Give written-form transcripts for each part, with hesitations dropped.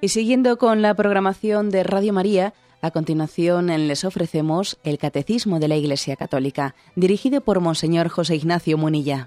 Y siguiendo con la programación de Radio María, a continuación les ofrecemos el Catecismo de la Iglesia Católica, dirigido por Monseñor José Ignacio Munilla.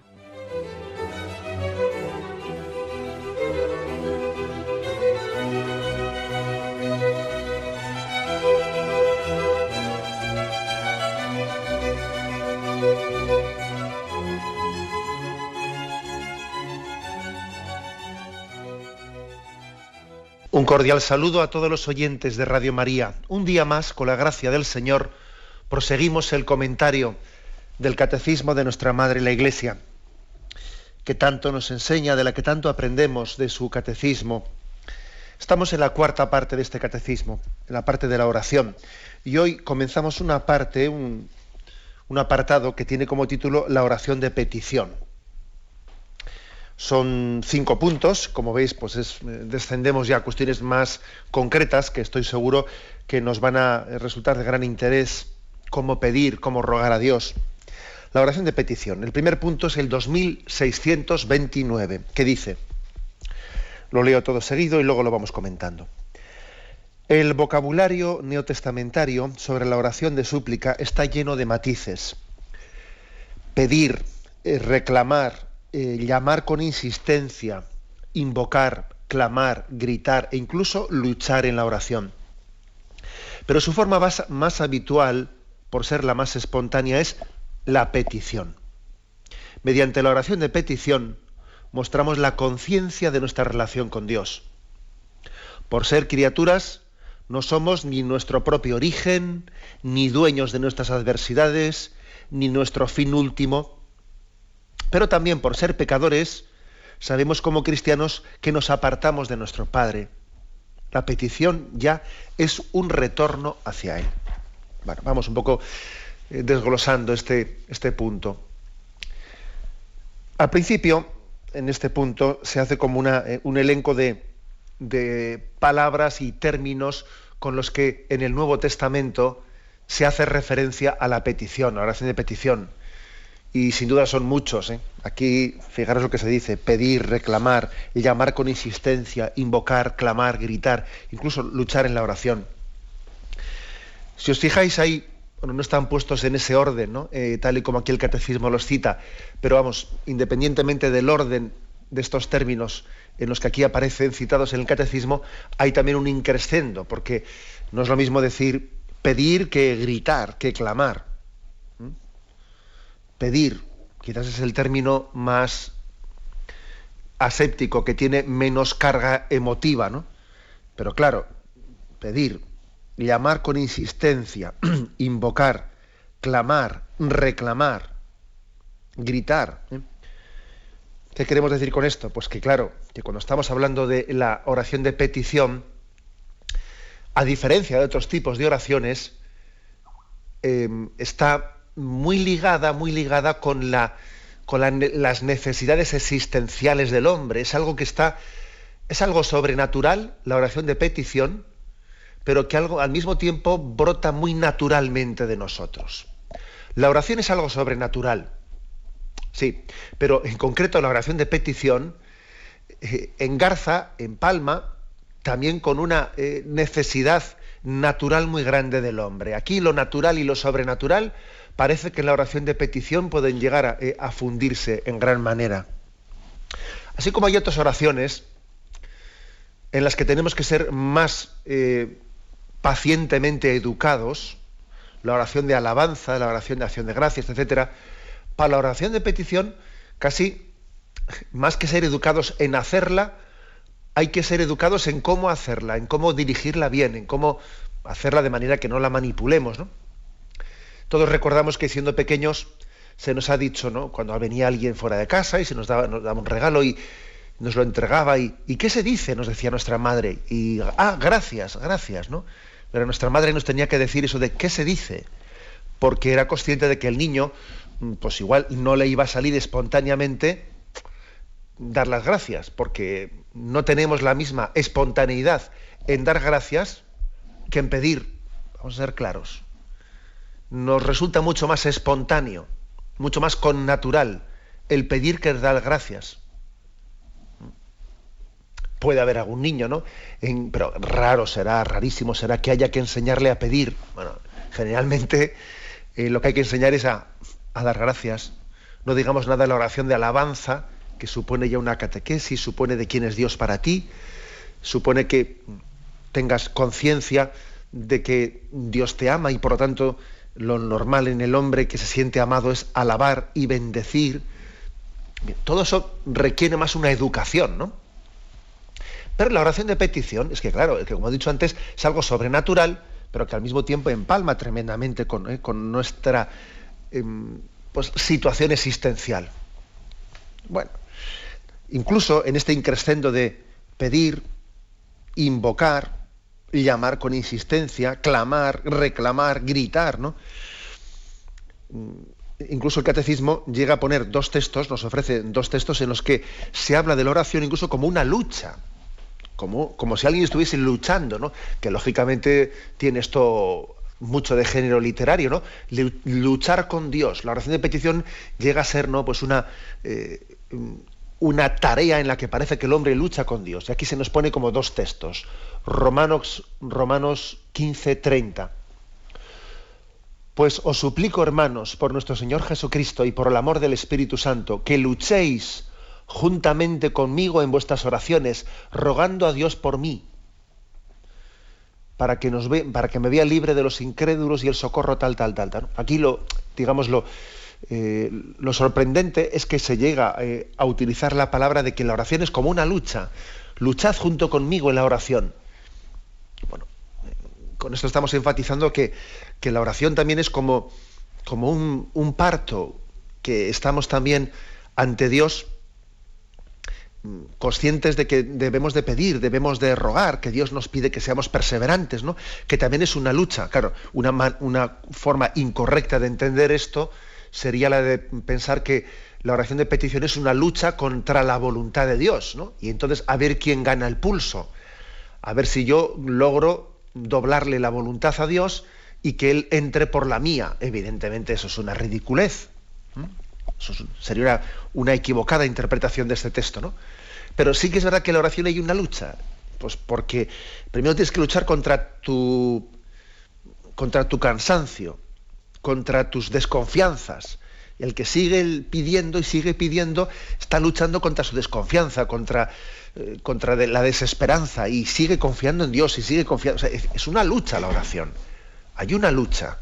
Un cordial saludo a todos los oyentes de Radio María. Un día más, con la gracia del Señor, proseguimos el comentario del Catecismo de nuestra Madre la Iglesia, que tanto nos enseña, de la que tanto aprendemos de su Catecismo. Estamos en la cuarta parte de este Catecismo, en la parte de la oración. Y hoy comenzamos una parte, un apartado que tiene como título la oración de petición. Son 5 puntos, como veis, pues descendemos ya a cuestiones más concretas que estoy seguro que nos van a resultar de gran interés, cómo pedir, cómo rogar a Dios. La oración de petición. El primer punto es el 2629, que dice, lo leo todo seguido y luego lo vamos comentando. El vocabulario neotestamentario sobre la oración de súplica está lleno de matices. Pedir, reclamar, llamar con insistencia, invocar, clamar, gritar e incluso luchar en la oración. Pero su forma más habitual, por ser la más espontánea, es la petición. Mediante la oración de petición mostramos la conciencia de nuestra relación con Dios. Por ser criaturas, no somos ni nuestro propio origen, ni dueños de nuestras adversidades, ni nuestro fin último. Pero también por ser pecadores, sabemos como cristianos que nos apartamos de nuestro Padre. La petición ya es un retorno hacia Él. Bueno, vamos un poco desglosando este punto. Al principio, en este punto, se hace como un elenco de palabras y términos con los que en el Nuevo Testamento se hace referencia a la petición, a la oración de petición. Y sin duda son muchos. Aquí, fijaros lo que se dice: pedir, reclamar, llamar con insistencia, invocar, clamar, gritar, incluso luchar en la oración. Si os fijáis ahí, bueno, no están puestos en ese orden, ¿no? Tal y como aquí el Catecismo los cita, pero vamos, independientemente del orden de estos términos en los que aquí aparecen citados en el Catecismo, hay también un increscendo, porque no es lo mismo decir pedir que gritar, que clamar. Pedir, quizás es el término más aséptico, que tiene menos carga emotiva, ¿no? Pero claro, pedir, llamar con insistencia, invocar, clamar, reclamar, gritar. ¿Qué queremos decir con esto? Pues que claro, que cuando estamos hablando de la oración de petición, a diferencia de otros tipos de oraciones, está muy ligada con las necesidades existenciales del hombre. Es algo sobrenatural, la oración de petición, pero que al mismo tiempo brota muy naturalmente de nosotros. La oración es algo sobrenatural, sí, pero en concreto la oración de petición engarza, empalma, también con una necesidad natural muy grande del hombre. Aquí lo natural y lo sobrenatural parece que en la oración de petición pueden llegar a fundirse en gran manera. Así como hay otras oraciones en las que tenemos que ser más pacientemente educados, la oración de alabanza, la oración de acción de gracias, etcétera, para la oración de petición, casi más que ser educados en hacerla, hay que ser educados en cómo hacerla, en cómo dirigirla bien, en cómo hacerla de manera que no la manipulemos, ¿no? Todos recordamos que siendo pequeños se nos ha dicho, ¿no?, cuando venía alguien fuera de casa y se nos daba un regalo y nos lo entregaba y ¿qué se dice?, nos decía nuestra madre. Y gracias, ¿no? Pero nuestra madre nos tenía que decir eso de ¿qué se dice? Porque era consciente de que el niño, pues igual no le iba a salir espontáneamente dar las gracias, porque no tenemos la misma espontaneidad en dar gracias que en pedir. Vamos a ser claros. Nos resulta mucho más espontáneo, mucho más connatural el pedir que dar gracias. puede haber algún niño, ¿no? Pero rarísimo será que haya que enseñarle a pedir. Bueno, generalmente lo que hay que enseñar es a dar gracias. No digamos nada de la oración de alabanza, que supone ya una catequesis, supone de quién es Dios para ti, supone que tengas conciencia de que Dios te ama y por lo tanto lo normal en el hombre que se siente amado es alabar y bendecir. Bien, todo eso requiere más una educación, ¿no? Pero la oración de petición es que, claro, que como he dicho antes, es algo sobrenatural, pero que al mismo tiempo empalma tremendamente con nuestra pues, situación existencial. Bueno, incluso en este increscendo de pedir, invocar, llamar con insistencia, clamar, reclamar, gritar, ¿no? Incluso el catecismo llega a poner nos ofrece dos textos en los que se habla de la oración incluso como una lucha, como si alguien estuviese luchando, ¿no? Que lógicamente tiene esto mucho de género literario, ¿no? Luchar con Dios. La oración de petición llega a ser, ¿no? Pues una tarea en la que parece que el hombre lucha con Dios. Y aquí se nos pone como dos textos. Romanos 15:30. Pues os suplico, hermanos, por nuestro Señor Jesucristo y por el amor del Espíritu Santo, que luchéis juntamente conmigo en vuestras oraciones, rogando a Dios por mí, para que me vea libre de los incrédulos y el socorro tal. ¿No? Aquí lo sorprendente es que se llega a utilizar la palabra de que la oración es como una lucha. Luchad junto conmigo en la oración. Bueno, con esto estamos enfatizando que la oración también es como un parto, que estamos también ante Dios conscientes de que debemos de pedir, debemos de rogar, que Dios nos pide que seamos perseverantes, ¿no? Que también es una lucha. Claro, una forma incorrecta de entender esto sería la de pensar que la oración de petición es una lucha contra la voluntad de Dios, ¿no? Y entonces a ver quién gana el pulso, a ver si yo logro doblarle la voluntad a Dios y que Él entre por la mía. Evidentemente eso es una ridiculez. Eso sería una equivocada interpretación de este texto, ¿no? Pero sí que es verdad que en la oración hay una lucha, pues porque primero tienes que luchar contra tu cansancio, contra tus desconfianzas. Y el que sigue pidiendo y sigue pidiendo está luchando contra su desconfianza, contra la desesperanza, y sigue confiando en Dios y sigue confiando. O sea, es una lucha la oración. Hay una lucha.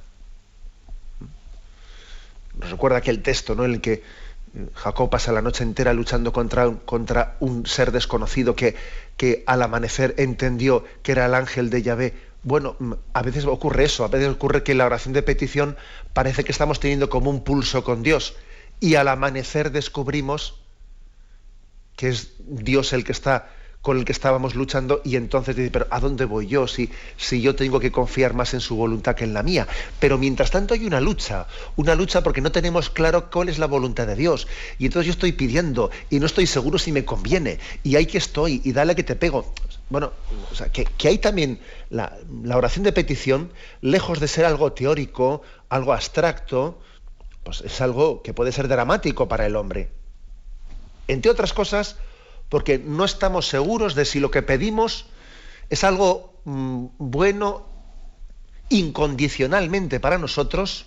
Nos recuerda aquel texto, ¿no?, en el que Jacob pasa la noche entera luchando contra un ser desconocido que al amanecer entendió que era el ángel de Yahvé. Bueno, a veces ocurre eso, a veces ocurre que en la oración de petición parece que estamos teniendo como un pulso con Dios y al amanecer descubrimos que es Dios con el que estábamos luchando, y entonces dice, pero ¿a dónde voy yo si yo tengo que confiar más en su voluntad que en la mía? Pero mientras tanto hay una lucha porque no tenemos claro cuál es la voluntad de Dios, y entonces yo estoy pidiendo y no estoy seguro si me conviene, y ahí que estoy, y dale que te pego. Bueno, o sea, que hay también la oración de petición, lejos de ser algo teórico, algo abstracto, pues es algo que puede ser dramático para el hombre. Entre otras cosas, porque no estamos seguros de si lo que pedimos es algo bueno incondicionalmente para nosotros,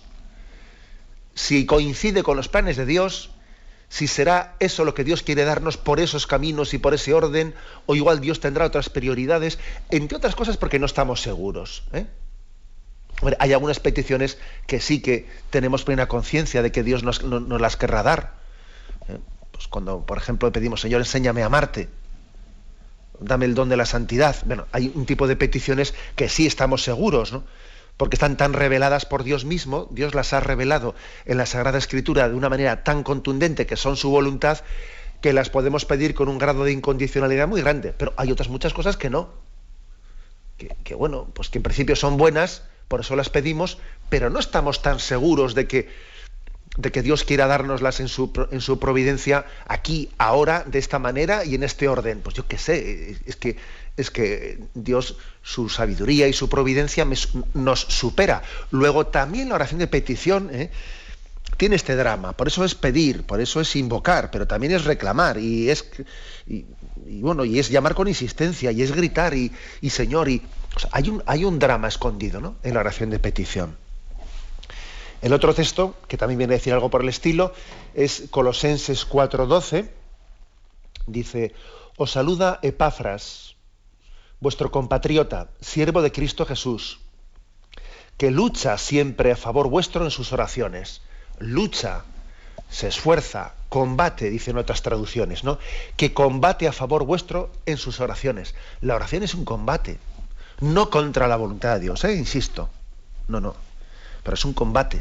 si coincide con los planes de Dios, si será eso lo que Dios quiere darnos por esos caminos y por ese orden, o igual Dios tendrá otras prioridades, entre otras cosas porque no estamos seguros, ¿eh? Bueno, hay algunas peticiones que sí que tenemos plena conciencia de que Dios nos las querrá dar. Pues cuando, por ejemplo, pedimos, Señor, enséñame a amarte, dame el don de la santidad. Bueno, hay un tipo de peticiones que sí estamos seguros, ¿no?, porque están tan reveladas por Dios mismo. Dios las ha revelado en la Sagrada Escritura de una manera tan contundente que son su voluntad, que las podemos pedir con un grado de incondicionalidad muy grande. Pero hay otras muchas cosas que no, que bueno, pues que en principio son buenas, por eso las pedimos, pero no estamos tan seguros de que Dios quiera dárnoslas en su providencia aquí, ahora, de esta manera y en este orden. Pues yo qué sé, es que Dios, su sabiduría y su providencia nos supera. Luego también la oración de petición tiene este drama. Por eso es pedir, por eso es invocar, pero también es reclamar. Y bueno, y es llamar con insistencia, y es gritar, y Señor, o sea, hay un drama escondido, ¿no?, en la oración de petición. El otro texto, que también viene a decir algo por el estilo, es Colosenses 4:12. Dice: os saluda Epafras, vuestro compatriota, siervo de Cristo Jesús, que lucha siempre a favor vuestro en sus oraciones. Lucha, se esfuerza, combate, dicen otras traducciones, ¿no?, que combate a favor vuestro en sus oraciones. La oración es un combate, no contra la voluntad de Dios, insisto, no, pero es un combate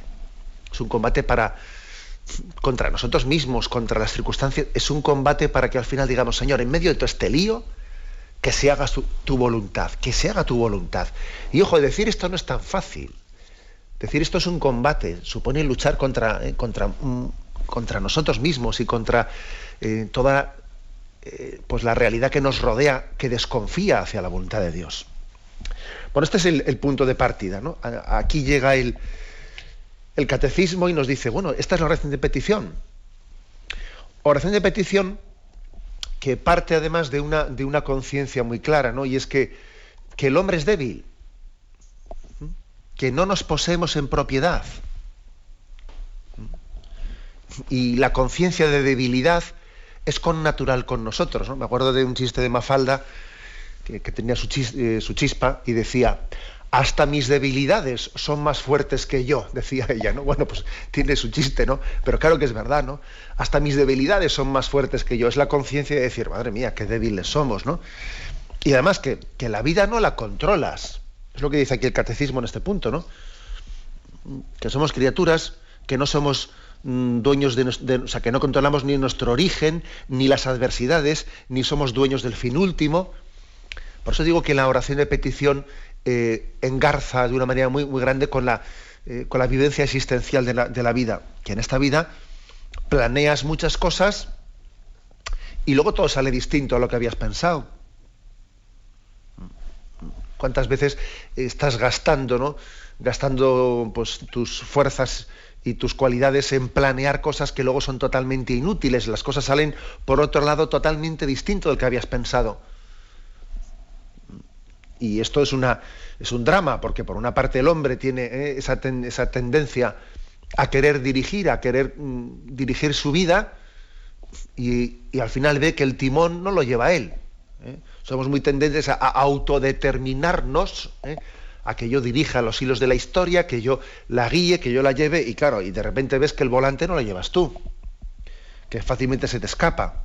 contra nosotros mismos, contra las circunstancias. Es un combate para que al final digamos: Señor, en medio de todo este lío, que se haga tu voluntad, que se haga tu voluntad. Y ojo, decir esto no es tan fácil. Decir esto es un combate, supone luchar contra nosotros mismos y contra toda pues la realidad que nos rodea, que desconfía hacia la voluntad de Dios. Bueno, este es el punto de partida, ¿no? Aquí llega el catecismo y nos dice: bueno, esta es la oración de petición. Oración de petición que parte además de una conciencia muy clara, ¿no? Y es que el hombre es débil, que no nos poseemos en propiedad. Y la conciencia de debilidad es connatural con nosotros, ¿no? Me acuerdo de un chiste de Mafalda que tenía su chispa y decía: hasta mis debilidades son más fuertes que yo, decía ella, ¿no? Bueno, pues tiene su chiste, ¿no? Pero claro que es verdad, ¿no? Hasta mis debilidades son más fuertes que yo. Es la conciencia de decir: madre mía, qué débiles somos, ¿no? Y además que la vida no la controlas. Es lo que dice aquí el catecismo en este punto, ¿no? Que somos criaturas, que no somos dueños o sea, que no controlamos ni nuestro origen, ni las adversidades, ni somos dueños del fin último. Por eso digo que la oración de petición engarza de una manera muy, muy grande con la vivencia existencial de la vida, que en esta vida planeas muchas cosas y luego todo sale distinto a lo que habías pensado. ¿Cuántas veces estás gastando, ¿no?, pues tus fuerzas y tus cualidades en planear cosas que luego son totalmente inútiles? Las cosas salen por otro lado totalmente distinto del que habías pensado. Y esto es un drama, porque por una parte el hombre tiene esa tendencia a querer dirigir su vida y al final ve que el timón no lo lleva a él. Somos muy tendentes a autodeterminarnos, a que yo dirija los hilos de la historia, que yo la guíe, que yo la lleve, y claro, y de repente ves que el volante no lo llevas tú, que fácilmente se te escapa.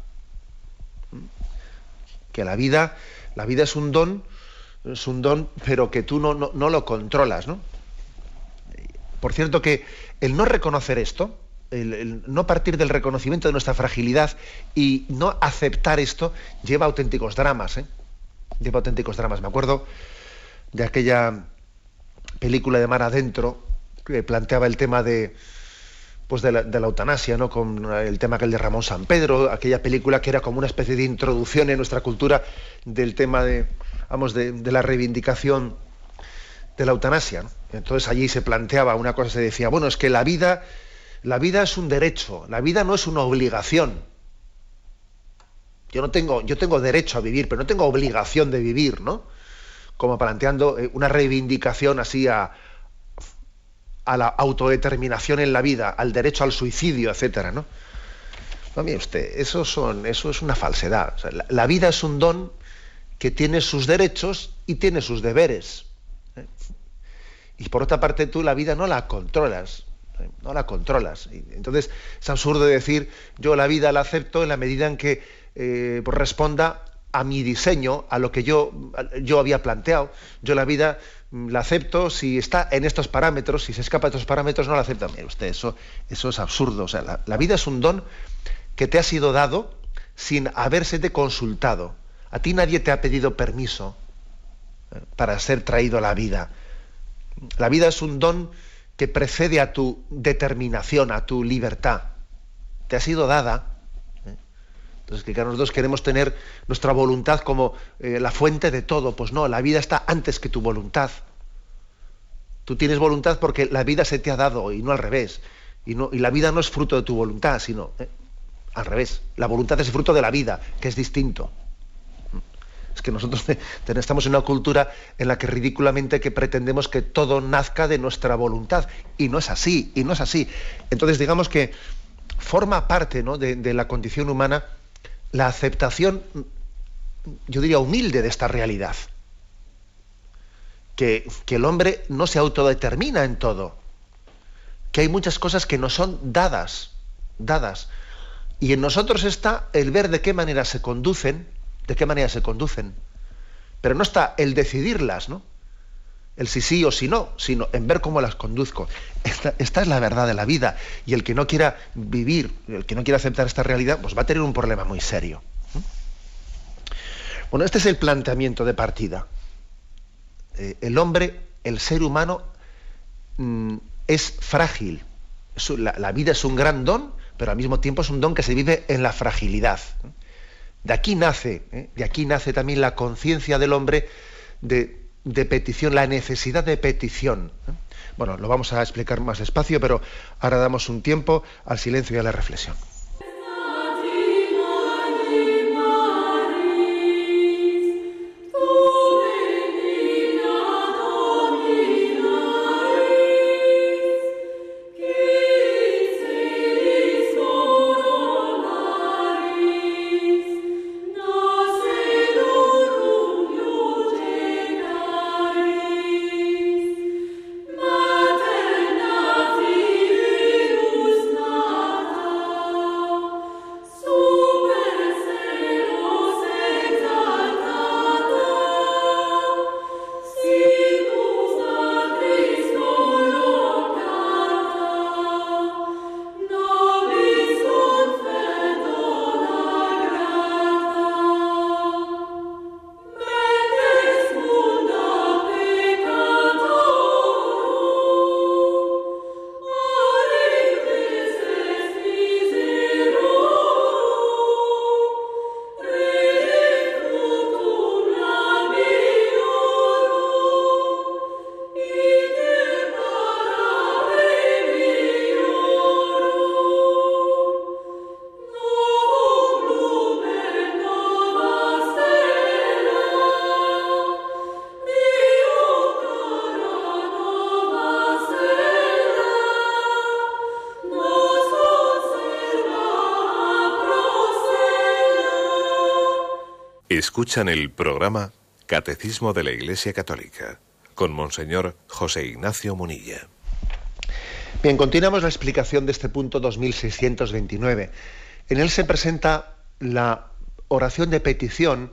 Que la vida es un don, pero que tú no lo controlas, ¿no? Por cierto, que el no reconocer esto, el no partir del reconocimiento de nuestra fragilidad y no aceptar esto, lleva auténticos dramas, lleva auténticos dramas. Me acuerdo de aquella película de Mar Adentro que planteaba el tema de la eutanasia, ¿no?, con el tema aquel de Ramón Sampedro, aquella película que era como una especie de introducción en nuestra cultura del tema de la reivindicación de la eutanasia, ¿no? Entonces allí se planteaba una cosa, se decía: bueno, es que la vida es un derecho, la vida no es una obligación. Yo tengo derecho a vivir, pero no tengo obligación de vivir, ¿no? Como planteando una reivindicación así a la autodeterminación en la vida, al derecho al suicidio, etcétera, ¿no? No, mire usted, eso es una falsedad. O sea, la vida es un don que tiene sus derechos y tiene sus deberes. Y por otra parte, tú la vida no la controlas. No la controlas. Entonces es absurdo decir: yo la vida la acepto en la medida en que pues responda a mi diseño, a lo que yo había planteado. Yo la vida la acepto si está en estos parámetros, si se escapa de estos parámetros no la acepto. Mire usted, eso es absurdo. O sea, la vida es un don que te ha sido dado sin habérsete consultado. A ti nadie te ha pedido permiso para ser traído a la vida. La vida es un don que precede a tu determinación, a tu libertad. Te ha sido dada. Entonces, que nosotros queremos tener nuestra voluntad como la fuente de todo. Pues no, la vida está antes que tu voluntad. Tú tienes voluntad porque la vida se te ha dado y no al revés. Y la vida no es fruto de tu voluntad, sino al revés. La voluntad es fruto de la vida, que es distinto. Es que nosotros estamos en una cultura en la que ridículamente que pretendemos que todo nazca de nuestra voluntad. Y no es así, y no es así. Entonces, digamos que forma parte, ¿no?, de la condición humana la aceptación, yo diría, humilde de esta realidad. Que el hombre no se autodetermina en todo. Que hay muchas cosas que nos son dadas. Y en nosotros está el ver de qué manera se conducen, pero no está el decidirlas, ¿no?, el sí o sí no, sino en ver cómo las conduzco. Esta es la verdad de la vida, y el que no quiera vivir, el que no quiera aceptar esta realidad, pues va a tener un problema muy serio. Bueno, este es el planteamiento de partida. El hombre, el ser humano, es frágil. La vida es un gran don, pero al mismo tiempo es un don que se vive en la fragilidad. De aquí nace también la conciencia del hombre de petición, la necesidad de petición. Bueno, lo vamos a explicar más despacio, pero ahora damos un tiempo al silencio y a la reflexión. Escuchan el programa Catecismo de la Iglesia Católica con Monseñor José Ignacio Munilla. Bien, continuamos la explicación de este punto 2629. En él se presenta la oración de petición,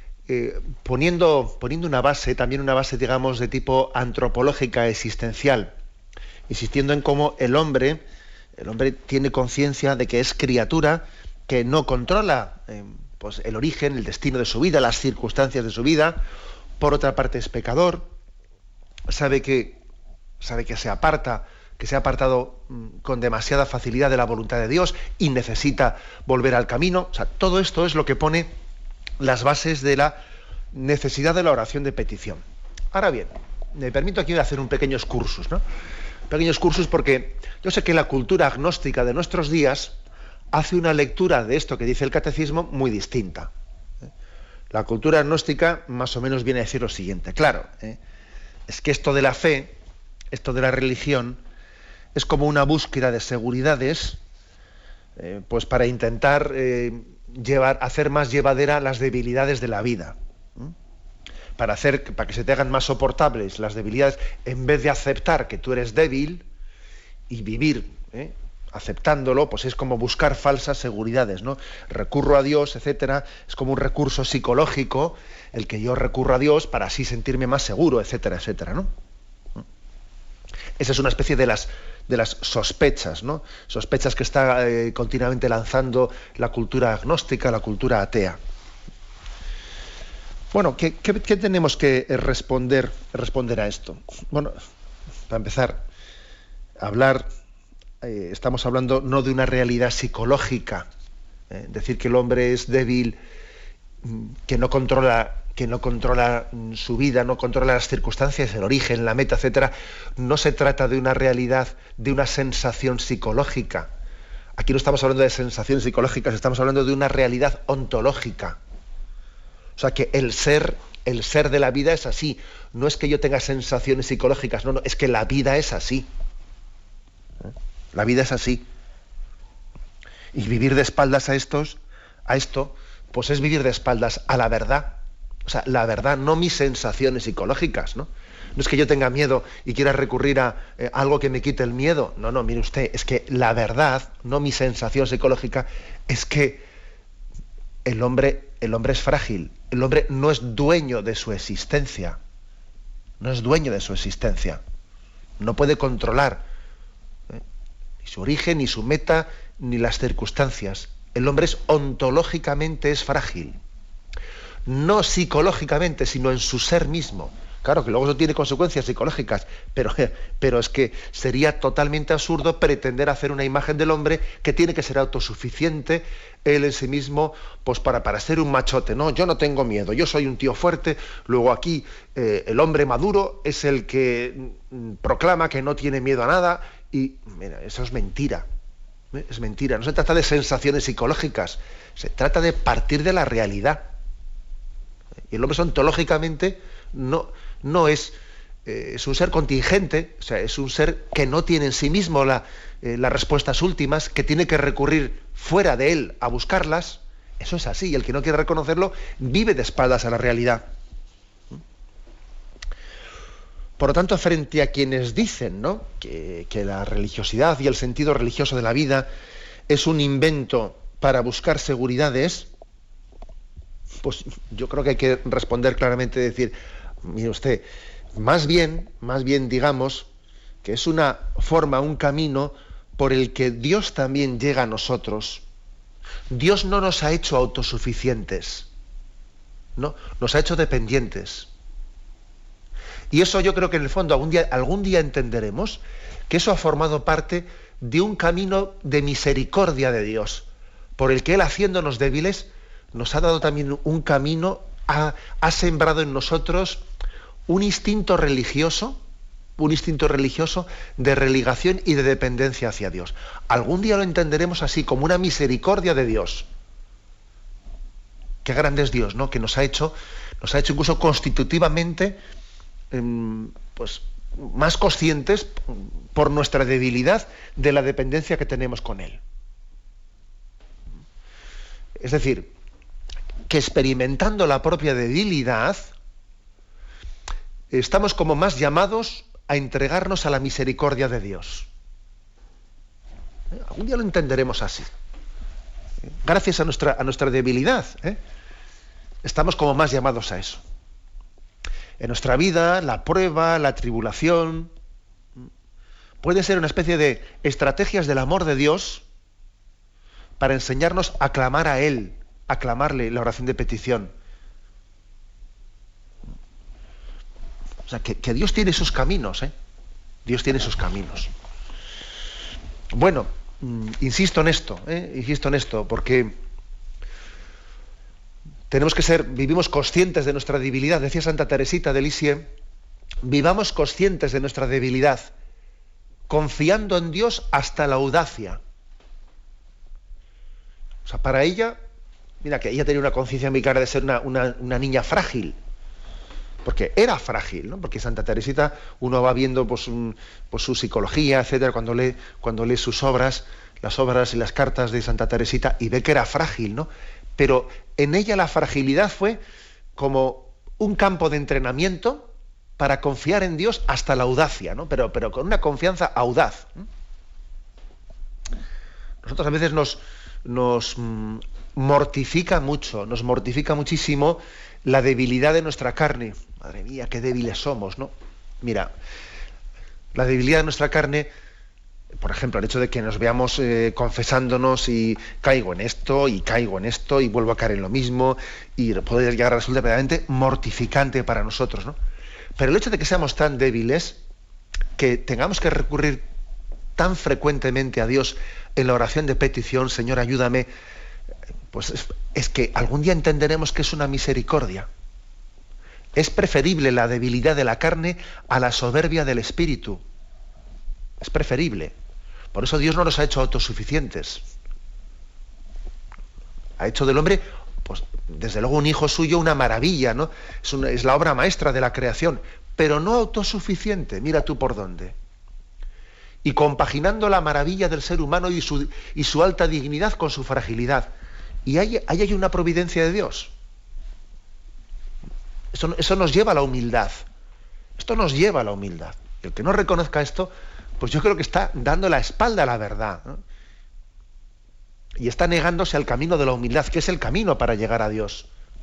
poniendo una base, también una base, digamos, de tipo antropológica existencial, insistiendo en cómo el hombre tiene conciencia de que es criatura, que no controla pues el origen, el destino de su vida, las circunstancias de su vida. Por otra parte es pecador, sabe que se ha apartado con demasiada facilidad de la voluntad de Dios y necesita volver al camino. O sea, todo esto es lo que pone las bases de la necesidad de la oración de petición. Ahora bien, me permito aquí hacer un pequeños cursus, ¿no? Pequeños cursus porque yo sé que la cultura agnóstica de nuestros días hace una lectura de esto que dice el catecismo muy distinta. La cultura agnóstica más o menos viene a decir lo siguiente: claro, es que esto de la fe, esto de la religión, es como una búsqueda de seguridades, pues para intentar hacer más llevadera las debilidades de la vida, para que se te hagan más soportables las debilidades, en vez de aceptar que tú eres débil y vivir aceptándolo, pues es como buscar falsas seguridades, ¿no? Recurro a Dios, etcétera, es como un recurso psicológico el que yo recurro a Dios para así sentirme más seguro, etcétera, etcétera, ¿no? Esa es una especie de las sospechas, ¿no? Sospechas que está continuamente lanzando la cultura agnóstica, la cultura atea. Bueno, ¿qué tenemos que responder a esto? Bueno, para empezar, estamos hablando no de una realidad psicológica, decir que el hombre es débil, que no controla su vida, no controla las circunstancias, el origen, la meta, etcétera. No se trata de una realidad, de una sensación psicológica. Aquí no estamos hablando de sensaciones psicológicas, estamos hablando de una realidad ontológica. O sea que el ser de la vida es así. No es que yo tenga sensaciones psicológicas, no, es que la vida es así. La vida es así. Y vivir de espaldas a esto, pues es vivir de espaldas a la verdad. O sea, la verdad, no mis sensaciones psicológicas, ¿no? No es que yo tenga miedo y quiera recurrir a algo que me quite el miedo. No, mire usted, es que la verdad, no mi sensación psicológica, es que el hombre es frágil. El hombre no es dueño de su existencia. No es dueño de su existencia. No puede controlar ni su origen, ni su meta, ni las circunstancias. El hombre ontológicamente es frágil. No psicológicamente, sino en su ser mismo. Claro que luego eso tiene consecuencias psicológicas, pero es que sería totalmente absurdo pretender hacer una imagen del hombre que tiene que ser autosuficiente, él en sí mismo, pues para ser un machote. No, yo no tengo miedo, yo soy un tío fuerte. Luego aquí el hombre maduro es el que proclama que no tiene miedo a nada, y mira, eso es mentira. Es mentira, no se trata de sensaciones psicológicas, se trata de partir de la realidad. Y el hombre ontológicamente no es un ser contingente, o sea, es un ser que no tiene en sí mismo las respuestas últimas, que tiene que recurrir fuera de él a buscarlas. Eso es así, y el que no quiere reconocerlo vive de espaldas a la realidad. Por lo tanto, frente a quienes dicen, ¿no?, que la religiosidad y el sentido religioso de la vida es un invento para buscar seguridades, pues yo creo que hay que responder claramente, decir, mire usted, más bien digamos que es una forma, un camino por el que Dios también llega a nosotros. Dios no nos ha hecho autosuficientes, no, nos ha hecho dependientes. Y eso yo creo que en el fondo algún día entenderemos que eso ha formado parte de un camino de misericordia de Dios, por el que Él, haciéndonos débiles, nos ha dado también un camino, ha sembrado en nosotros un instinto religioso de religación y de dependencia hacia Dios. Algún día lo entenderemos así, como una misericordia de Dios. Qué grande es Dios, ¿no?, que nos ha hecho incluso constitutivamente pues más conscientes por nuestra debilidad de la dependencia que tenemos con Él. Es decir, que experimentando la propia debilidad, estamos como más llamados a entregarnos a la misericordia de Dios. Algún día lo entenderemos así. Gracias a nuestra debilidad, estamos como más llamados a eso. En nuestra vida, la prueba, la tribulación, puede ser una especie de estrategias del amor de Dios para enseñarnos a clamar a Él, a clamarle la oración de petición. O sea, que Dios tiene sus caminos, Dios tiene sus caminos. Bueno, insisto en esto, porque vivimos conscientes de nuestra debilidad. Decía Santa Teresita de Lisieux, vivamos conscientes de nuestra debilidad, confiando en Dios hasta la audacia. O sea, para ella, mira que ella tenía una conciencia muy clara de ser una niña frágil, porque era frágil, ¿no? Porque Santa Teresita, uno va viendo pues su psicología, etcétera, cuando lee sus obras, las obras y las cartas de Santa Teresita, y ve que era frágil, ¿no? Pero en ella la fragilidad fue como un campo de entrenamiento para confiar en Dios hasta la audacia, ¿no? Pero con una confianza audaz. Nosotros a veces nos mortifica mucho, nos mortifica muchísimo la debilidad de nuestra carne. Madre mía, qué débiles somos, ¿no? Mira, la debilidad de nuestra carne, por ejemplo, el hecho de que nos veamos confesándonos y caigo en esto y vuelvo a caer en lo mismo, y puede llegar a resultar verdaderamente mortificante para nosotros, ¿no? Pero el hecho de que seamos tan débiles, que tengamos que recurrir tan frecuentemente a Dios en la oración de petición, Señor, ayúdame, pues es que algún día entenderemos que es una misericordia. Es preferible la debilidad de la carne a la soberbia del espíritu. Es preferible. Por eso Dios no nos ha hecho autosuficientes. Ha hecho del hombre pues desde luego un hijo suyo, una maravilla, ¿no? Es la obra maestra de la creación, pero no autosuficiente, mira tú por dónde. Y compaginando la maravilla del ser humano y su alta dignidad con su fragilidad. Y ahí hay una providencia de Dios. Eso nos lleva a la humildad. Esto nos lleva a la humildad. El que no reconozca esto, pues yo creo que está dando la espalda a la verdad, ¿no? Y está negándose al camino de la humildad, que es el camino para llegar a Dios.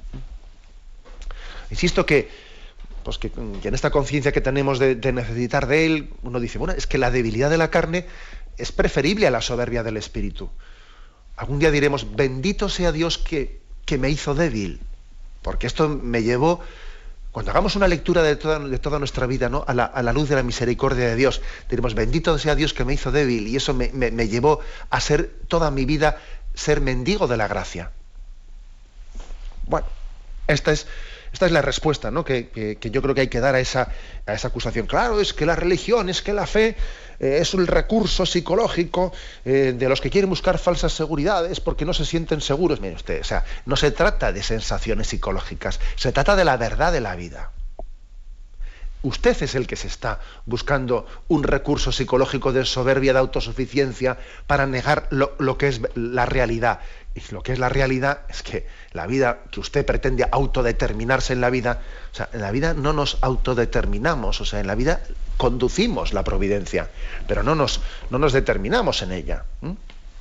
Insisto que en esta conciencia que tenemos de necesitar de Él, uno dice, bueno, es que la debilidad de la carne es preferible a la soberbia del espíritu. Algún día diremos, bendito sea Dios que me hizo débil, porque esto me llevó, cuando hagamos una lectura de toda nuestra vida, ¿no? a la luz de la misericordia de Dios, diremos, bendito sea Dios que me hizo débil, y eso me llevó a ser toda mi vida, ser mendigo de la gracia. Bueno, esta es la respuesta, ¿no? que yo creo que hay que dar a esa acusación. Claro, es que la religión, es que la fe es un recurso psicológico de los que quieren buscar falsas seguridades porque no se sienten seguros. Mire usted, o sea, no se trata de sensaciones psicológicas, se trata de la verdad de la vida. Usted es el que se está buscando un recurso psicológico de soberbia, de autosuficiencia, para negar lo que es la realidad. Y lo que es la realidad es que la vida que usted pretende autodeterminarse en la vida, o sea, en la vida no nos autodeterminamos, o sea, en la vida conducimos la providencia, pero no nos determinamos en ella. O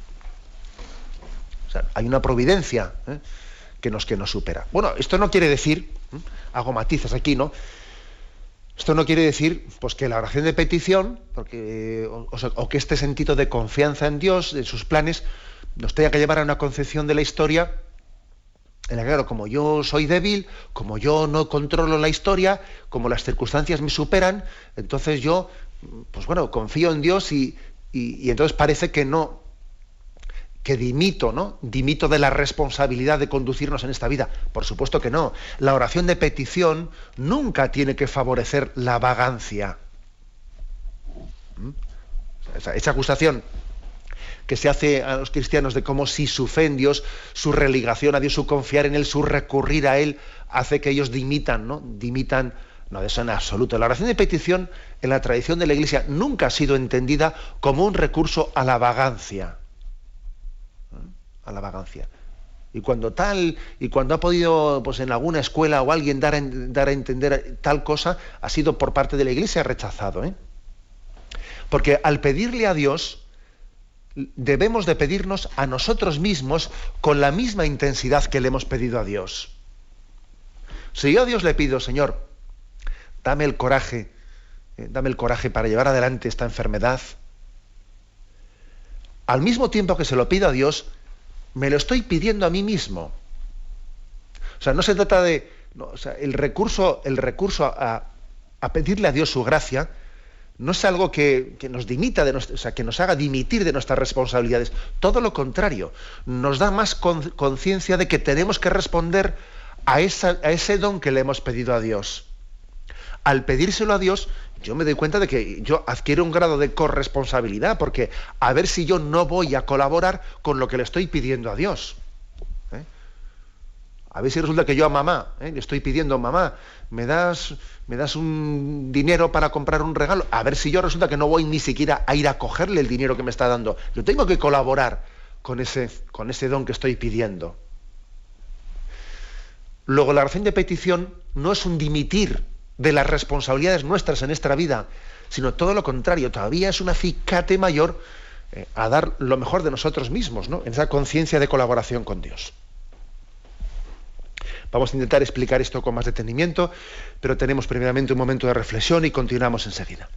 sea, hay una providencia que nos supera. Bueno, esto no quiere decir, hago matices aquí, ¿no? Esto no quiere decir pues que la oración de petición, porque, o que este sentido de confianza en Dios, en sus planes, nos tenga que llevar a una concepción de la historia en la que, claro, como yo soy débil, como yo no controlo la historia, como las circunstancias me superan, entonces yo, pues bueno, confío en Dios y entonces parece que dimito de la responsabilidad de conducirnos en esta vida. Por supuesto que no. La oración de petición nunca tiene que favorecer la vagancia. Esa acusación que se hace a los cristianos de como si su fe en Dios, su religación a Dios, su confiar en Él, su recurrir a Él, hace que ellos dimitan. No, de eso en absoluto. La oración de petición en la tradición de la Iglesia nunca ha sido entendida como un recurso a la vagancia. A la vagancia. Y cuando ha podido, pues en alguna escuela o alguien dar a entender tal cosa, ha sido por parte de la Iglesia rechazado. Porque al pedirle a Dios, debemos de pedirnos a nosotros mismos con la misma intensidad que le hemos pedido a Dios. Si yo a Dios le pido, Señor, dame el coraje para llevar adelante esta enfermedad, al mismo tiempo que se lo pido a Dios, me lo estoy pidiendo a mí mismo. O sea, no se trata de... No, o sea, el recurso a pedirle a Dios su gracia no es algo que nos dimita que nos haga dimitir de nuestras responsabilidades. Todo lo contrario, nos da más conciencia de que tenemos que responder a ese don que le hemos pedido a Dios. Al pedírselo a Dios, yo me doy cuenta de que yo adquiero un grado de corresponsabilidad, porque a ver si yo no voy a colaborar con lo que le estoy pidiendo a Dios. A ver si resulta que yo a mamá, le estoy pidiendo, mamá, ¿me das un dinero para comprar un regalo? A ver si yo resulta que no voy ni siquiera a ir a cogerle el dinero que me está dando. Yo tengo que colaborar con ese don que estoy pidiendo. Luego, la oración de petición no es un dimitir de las responsabilidades nuestras en esta vida, sino todo lo contrario, todavía es un acicate mayor a dar lo mejor de nosotros mismos, ¿no? En esa conciencia de colaboración con Dios. Vamos a intentar explicar esto con más detenimiento, pero tenemos primeramente un momento de reflexión y continuamos enseguida.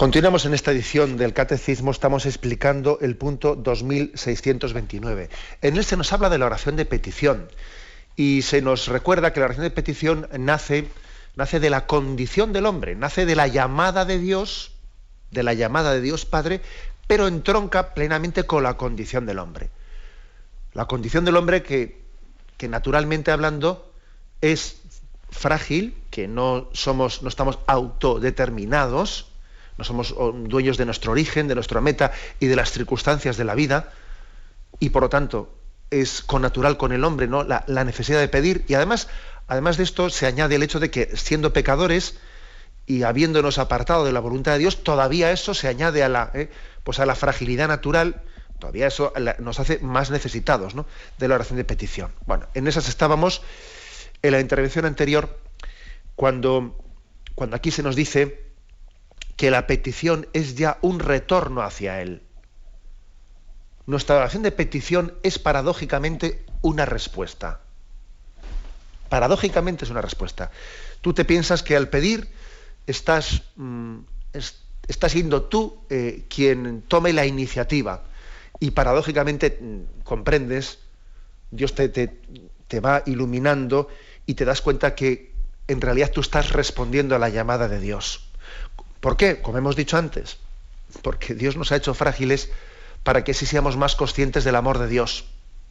Continuamos en esta edición del Catecismo, estamos explicando el punto 2629. En él se nos habla de la oración de petición y se nos recuerda que la oración de petición nace de la condición del hombre, nace de la llamada de Dios Padre, pero entronca plenamente con la condición del hombre. La condición del hombre que naturalmente hablando es frágil, que no estamos autodeterminados, no somos dueños de nuestro origen, de nuestra meta y de las circunstancias de la vida, y por lo tanto es connatural con el hombre, ¿no?, la necesidad de pedir, y además de esto se añade el hecho de que siendo pecadores y habiéndonos apartado de la voluntad de Dios, todavía eso se añade a la fragilidad natural, todavía eso nos hace más necesitados, ¿no?, de la oración de petición. Bueno, en esas estábamos en la intervención anterior, cuando aquí se nos dice que la petición es ya un retorno hacia Él. Nuestra oración de petición es paradójicamente una respuesta. Paradójicamente es una respuesta. Tú te piensas que al pedir estás siendo tú quien tome la iniciativa, y paradójicamente comprendes, Dios te va iluminando y te das cuenta que en realidad tú estás respondiendo a la llamada de Dios. ¿Por qué? Como hemos dicho antes, porque Dios nos ha hecho frágiles para que sí seamos más conscientes del amor de Dios.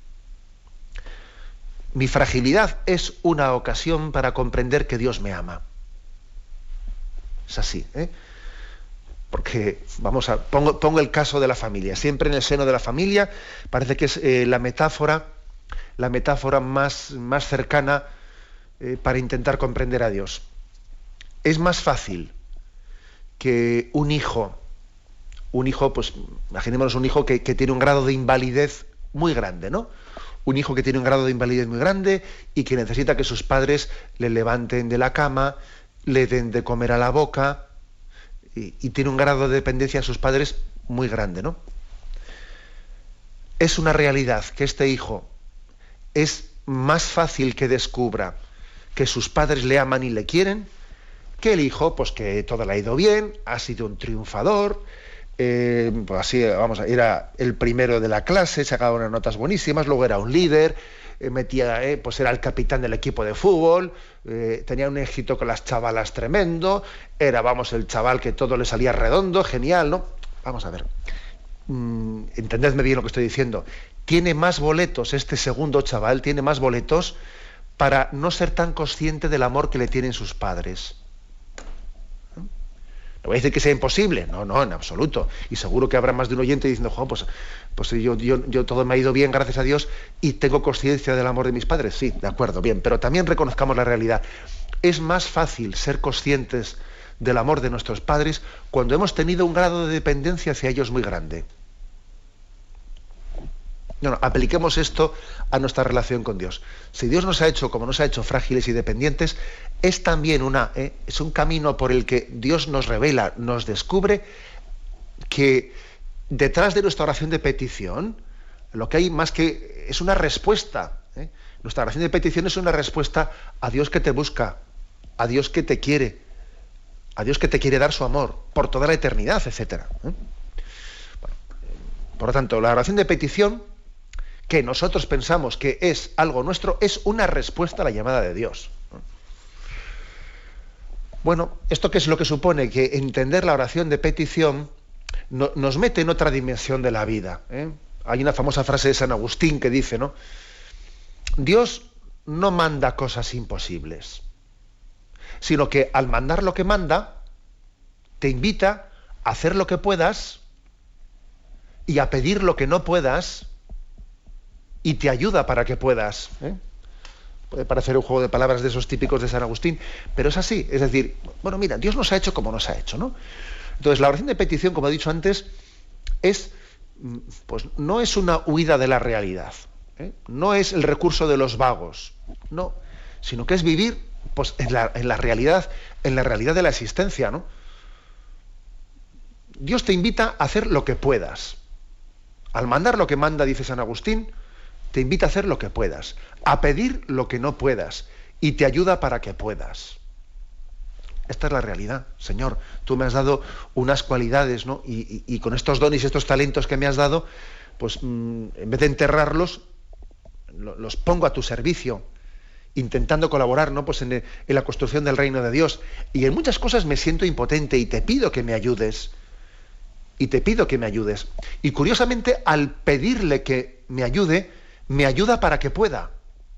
Mi fragilidad es una ocasión para comprender que Dios me ama. Es así, ¿eh? Porque, pongo el caso de la familia. Siempre en el seno de la familia parece que es la metáfora más cercana para intentar comprender a Dios. Es más fácil que un hijo, pues imaginémonos un hijo que tiene un grado de invalidez muy grande, ¿no? Un hijo que tiene un grado de invalidez muy grande y que necesita que sus padres le levanten de la cama, le den de comer a la boca, y tiene un grado de dependencia a sus padres muy grande, ¿no? Es una realidad que este hijo es más fácil que descubra que sus padres le aman y le quieren, que el hijo, pues que todo le ha ido bien, ha sido un triunfador, pues así, era el primero de la clase, sacaba unas notas buenísimas, luego era un líder, pues era el capitán del equipo de fútbol, tenía un éxito con las chavalas tremendo, era, el chaval que todo le salía redondo, genial, ¿no? Vamos a ver, entendedme bien lo que estoy diciendo. Tiene más boletos este segundo chaval, tiene más boletos para no ser tan consciente del amor que le tienen sus padres. No voy a decir que sea imposible, no, en absoluto. Y seguro que habrá más de un oyente diciendo, pues yo todo me ha ido bien, gracias a Dios, y tengo consciencia del amor de mis padres. Sí, de acuerdo, bien, pero también reconozcamos la realidad. Es más fácil ser conscientes del amor de nuestros padres cuando hemos tenido un grado de dependencia hacia ellos muy grande. No, apliquemos esto a nuestra relación con Dios. Si Dios nos ha hecho como nos ha hecho frágiles y dependientes, es también es un camino por el que Dios nos revela, nos descubre que detrás de nuestra oración de petición, lo que hay más que es una respuesta. Nuestra oración de petición es una respuesta a Dios que te busca, a Dios que te quiere, a Dios que te quiere dar su amor por toda la eternidad, etcétera. Bueno, por lo tanto, la oración de petición, que nosotros pensamos que es algo nuestro, es una respuesta a la llamada de Dios. Bueno, ¿esto qué es lo que supone? Que entender la oración de petición nos mete en otra dimensión de la vida. Hay una famosa frase de San Agustín que dice, ¿no? Dios no manda cosas imposibles, sino que al mandar lo que manda, te invita a hacer lo que puedas y a pedir lo que no puedas, y te ayuda para que puedas. Puede parecer un juego de palabras de esos típicos de San Agustín, pero es así. Es decir, bueno, mira, Dios nos ha hecho como nos ha hecho, ¿no? Entonces, la oración de petición, como he dicho antes, no es una huida de la realidad, no es el recurso de los vagos, no, sino que es vivir, pues, en la realidad de la existencia, ¿no? Dios te invita a hacer lo que puedas. Al mandar lo que manda, dice San Agustín, te invita a hacer lo que puedas, a pedir lo que no puedas, y te ayuda para que puedas. Esta es la realidad. Señor, tú me has dado unas cualidades, ¿no? Y con estos dones y estos talentos que me has dado, pues en vez de enterrarlos, los pongo a tu servicio, intentando colaborar, ¿no? Pues en la construcción del reino de Dios. Y en muchas cosas me siento impotente y te pido que me ayudes. Y te pido que me ayudes. Y curiosamente, al pedirle que me ayude, me ayuda para que pueda.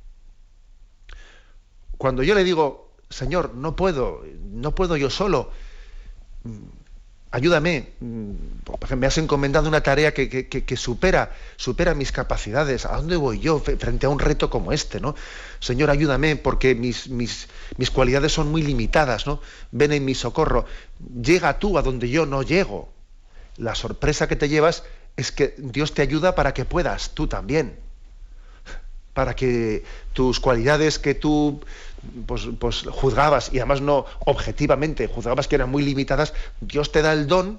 Cuando yo le digo, Señor, no puedo yo solo, ayúdame, porque me has encomendado una tarea que supera mis capacidades. ¿A dónde voy yo frente a un reto como este, ¿no? Señor, ayúdame, porque mis cualidades son muy limitadas, ¿no? Ven en mi socorro. Llega tú a donde yo no llego. La sorpresa que te llevas es que Dios te ayuda para que puedas tú también. Para que tus cualidades que tú pues juzgabas, y además no objetivamente, juzgabas que eran muy limitadas, Dios te da el don,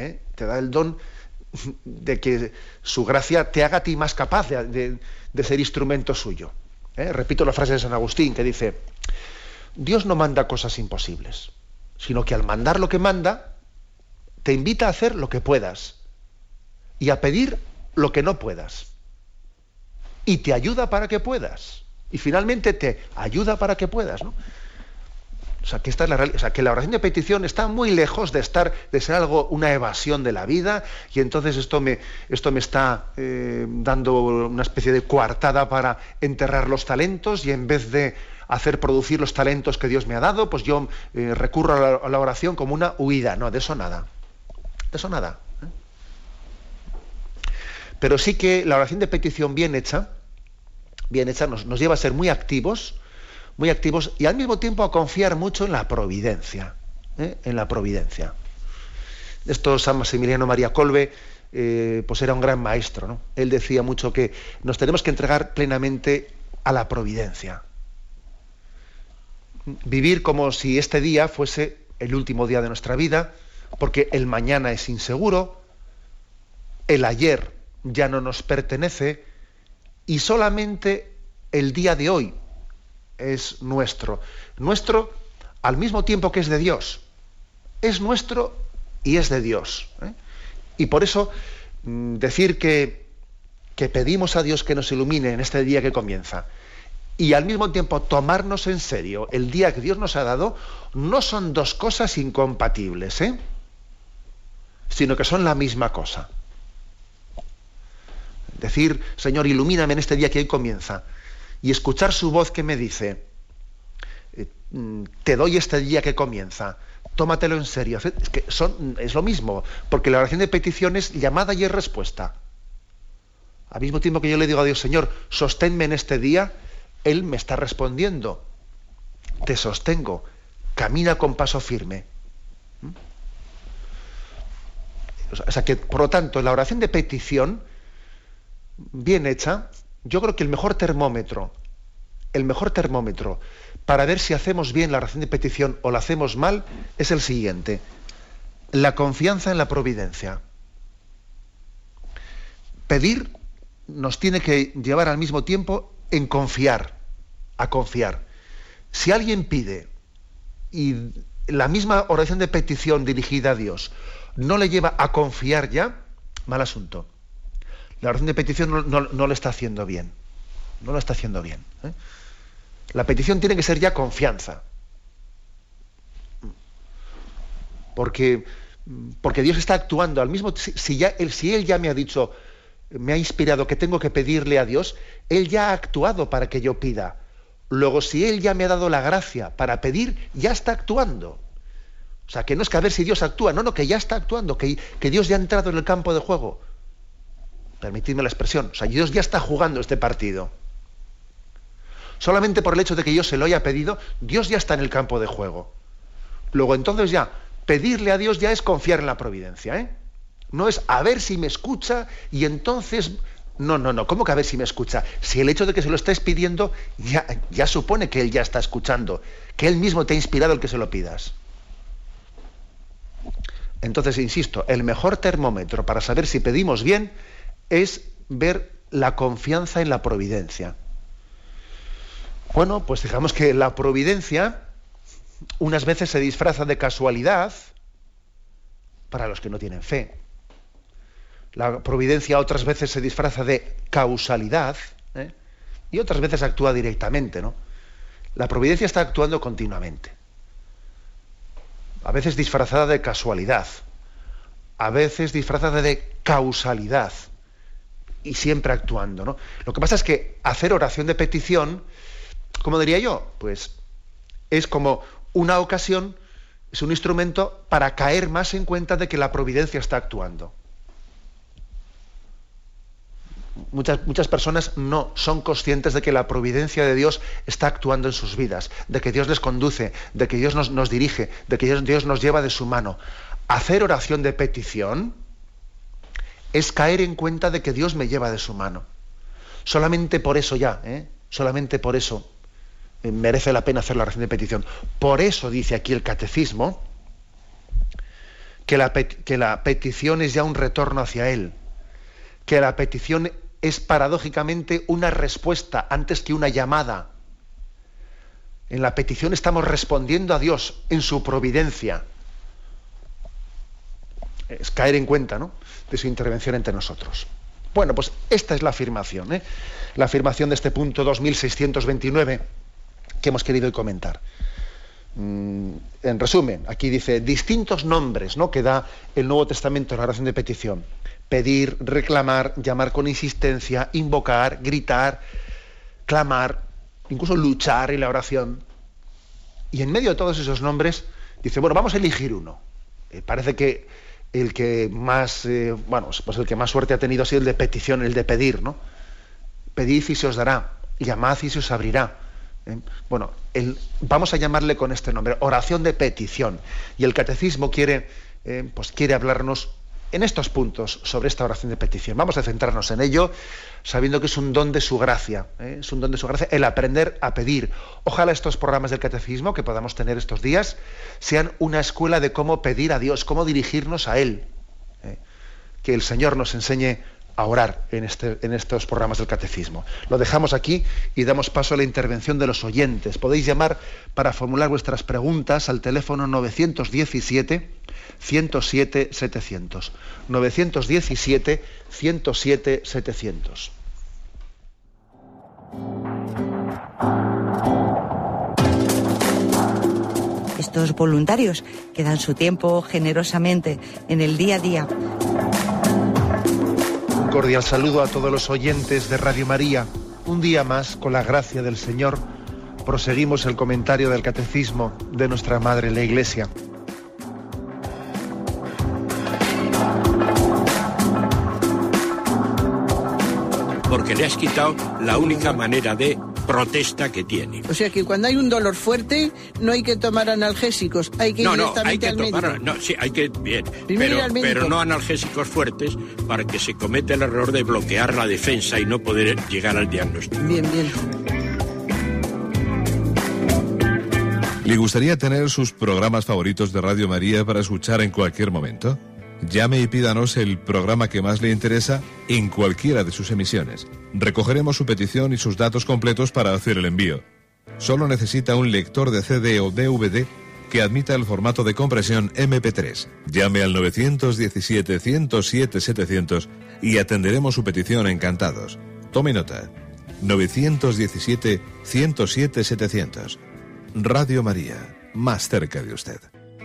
de que su gracia te haga a ti más capaz de ser instrumento suyo. Repito la frase de San Agustín, que dice: Dios no manda cosas imposibles, sino que al mandar lo que manda, te invita a hacer lo que puedas y a pedir lo que no puedas. Y te ayuda para que puedas. Y finalmente te ayuda para que puedas, ¿no? O sea, que esta es la realidad. O sea, que la oración de petición está muy lejos de ser algo, una evasión de la vida, y entonces esto me está dando una especie de coartada para enterrar los talentos, y en vez de hacer producir los talentos que Dios me ha dado, pues yo recurro a la oración como una huida. No, de eso nada. De eso nada. Pero sí que la oración de petición bien hecha nos lleva a ser muy activos y al mismo tiempo a confiar mucho en la providencia. En la providencia. Esto San Maximiliano María Kolbe pues era un gran maestro, ¿no? Él decía mucho que nos tenemos que entregar plenamente a la providencia. Vivir como si este día fuese el último día de nuestra vida, porque el mañana es inseguro, el ayer ya no nos pertenece, y solamente el día de hoy es nuestro. Nuestro al mismo tiempo que es de Dios. Es nuestro y es de Dios. Y por eso decir que pedimos a Dios que nos ilumine en este día que comienza, y al mismo tiempo tomarnos en serio el día que Dios nos ha dado, no son dos cosas incompatibles, sino que son la misma cosa. Decir, Señor, ilumíname en este día que hoy comienza, y escuchar su voz que me dice, te doy este día que comienza, tómatelo en serio. Es lo mismo, porque la oración de petición es llamada y es respuesta. Al mismo tiempo que yo le digo a Dios, Señor, sosténme en este día, Él me está respondiendo, te sostengo, camina con paso firme. O sea que, por lo tanto, la oración de petición bien hecha, yo creo que el mejor termómetro para ver si hacemos bien la oración de petición o la hacemos mal es el siguiente: la confianza en la providencia. Pedir nos tiene que llevar al mismo tiempo a confiar. Si alguien pide y la misma oración de petición dirigida a Dios no le lleva a confiar ya, mal asunto. La oración de petición no lo está haciendo bien. No lo está haciendo bien. La petición tiene que ser ya confianza. Porque Dios está actuando al mismo tiempo. Si Él ya me ha dicho, me ha inspirado que tengo que pedirle a Dios, Él ya ha actuado para que yo pida. Luego, si Él ya me ha dado la gracia para pedir, ya está actuando. O sea, que no es que a ver si Dios actúa, no, que ya está actuando, que Dios ya ha entrado en el campo de juego. Permitidme la expresión, o sea, Dios ya está jugando este partido. Solamente por el hecho de que yo se lo haya pedido, Dios ya está en el campo de juego. Luego entonces ya, pedirle a Dios ya es confiar en la providencia, No es a ver si me escucha y entonces... No, ¿cómo que a ver si me escucha? Si el hecho de que se lo estés pidiendo ya supone que Él ya está escuchando, que Él mismo te ha inspirado el que se lo pidas. Entonces, insisto, el mejor termómetro para saber si pedimos bien es ver la confianza en la providencia. Bueno, pues digamos que la providencia unas veces se disfraza de casualidad para los que no tienen fe. La providencia otras veces se disfraza de causalidad, y otras veces actúa directamente, ¿no? La providencia está actuando continuamente. A veces disfrazada de casualidad, a veces disfrazada de causalidad, y siempre actuando, ¿no? Lo que pasa es que hacer oración de petición, ¿cómo diría yo? Pues es como una ocasión, es un instrumento para caer más en cuenta de que la providencia está actuando. Muchas personas no son conscientes de que la providencia de Dios está actuando en sus vidas, de que Dios les conduce, de que Dios nos dirige, de que Dios nos lleva de su mano. Hacer oración de petición es caer en cuenta de que Dios me lleva de su mano. Solamente por eso solamente por eso merece la pena hacer la oración de petición. Por eso dice aquí el catecismo que la petición es ya un retorno hacia Él, que la petición es paradójicamente una respuesta antes que una llamada. En la petición estamos respondiendo a Dios en su providencia. Es caer en cuenta, ¿no?, de su intervención entre nosotros. Bueno, pues esta es la afirmación, la afirmación de este punto 2629 que hemos querido hoy comentar. En resumen, aquí dice distintos nombres, ¿no?, que da el Nuevo Testamento en la oración de petición: pedir, reclamar, llamar con insistencia, invocar, gritar, clamar, incluso luchar en la oración. Y en medio de todos esos nombres dice, bueno, vamos a elegir uno. Parece que el que más pues el que más suerte ha tenido ha sido el de petición, el de pedir, ¿no? Pedid y se os dará, llamad y se os abrirá. Bueno, vamos a llamarle con este nombre, oración de petición. Y el catecismo quiere hablarnos en estos puntos sobre esta oración de petición. Vamos a centrarnos en ello, sabiendo que es un don de su gracia, es un don de su gracia el aprender a pedir. Ojalá estos programas del catecismo que podamos tener estos días sean una escuela de cómo pedir a Dios, cómo dirigirnos a Él. Que el Señor nos enseñe a orar en estos programas del catecismo. Lo dejamos aquí y damos paso a la intervención de los oyentes. Podéis llamar para formular vuestras preguntas al teléfono 917-107-700. 917-107-700. Estos voluntarios que dan su tiempo generosamente en el día a día. Un cordial saludo a todos los oyentes de Radio María. Un día más, con la gracia del Señor, proseguimos el comentario del Catecismo de nuestra Madre la Iglesia. Porque le has quitado la única manera de protesta que tiene. O sea que cuando hay un dolor fuerte no hay que tomar analgésicos, hay que ir directamente al médico. Sí, hay que, bien, pero no analgésicos fuertes para que se cometa el error de bloquear la defensa y no poder llegar al diagnóstico. Bien. ¿Le gustaría tener sus programas favoritos de Radio María para escuchar en cualquier momento? Llame y pídanos el programa que más le interesa en cualquiera de sus emisiones. Recogeremos su petición y sus datos completos para hacer el envío. Solo necesita un lector de CD o DVD que admita el formato de compresión MP3. Llame al 917-107-700 y atenderemos su petición encantados. Tome nota. 917-107-700. Radio María, más cerca de usted.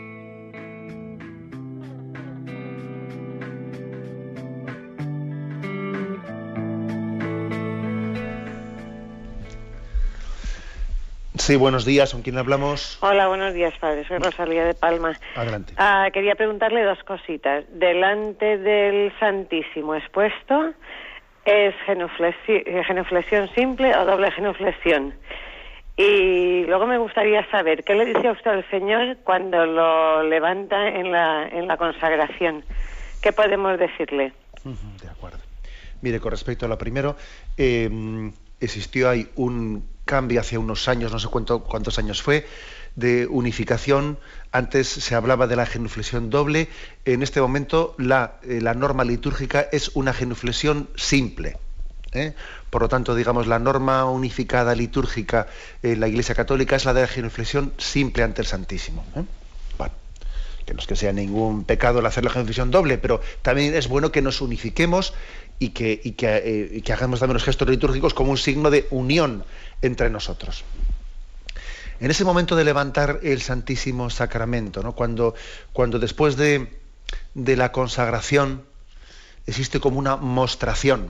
Sí, buenos días. ¿Con quién hablamos? Hola, buenos días, padre. Soy Rosalía de Palma. Adelante. Quería preguntarle dos cositas. Delante del Santísimo expuesto, ¿es genuflexión simple o doble genuflexión? Y luego me gustaría saber, ¿qué le dice a usted al Señor cuando lo levanta en la consagración? ¿Qué podemos decirle? De acuerdo. Mire, con respecto a lo primero, existió ahí un cambio hace unos años, no sé cuántos años fue, de unificación. Antes se hablaba de la genuflexión doble. En este momento la norma litúrgica es una genuflexión simple. Por lo tanto, digamos, la norma unificada litúrgica en la Iglesia Católica es la de la genuflexión simple ante el Santísimo. Bueno, que no es que sea ningún pecado el hacer la genuflexión doble, pero también es bueno que nos unifiquemos y que hagamos también los gestos litúrgicos como un signo de unión entre nosotros. En ese momento de levantar el Santísimo Sacramento, ¿no? Cuando después de la consagración existe como una mostración,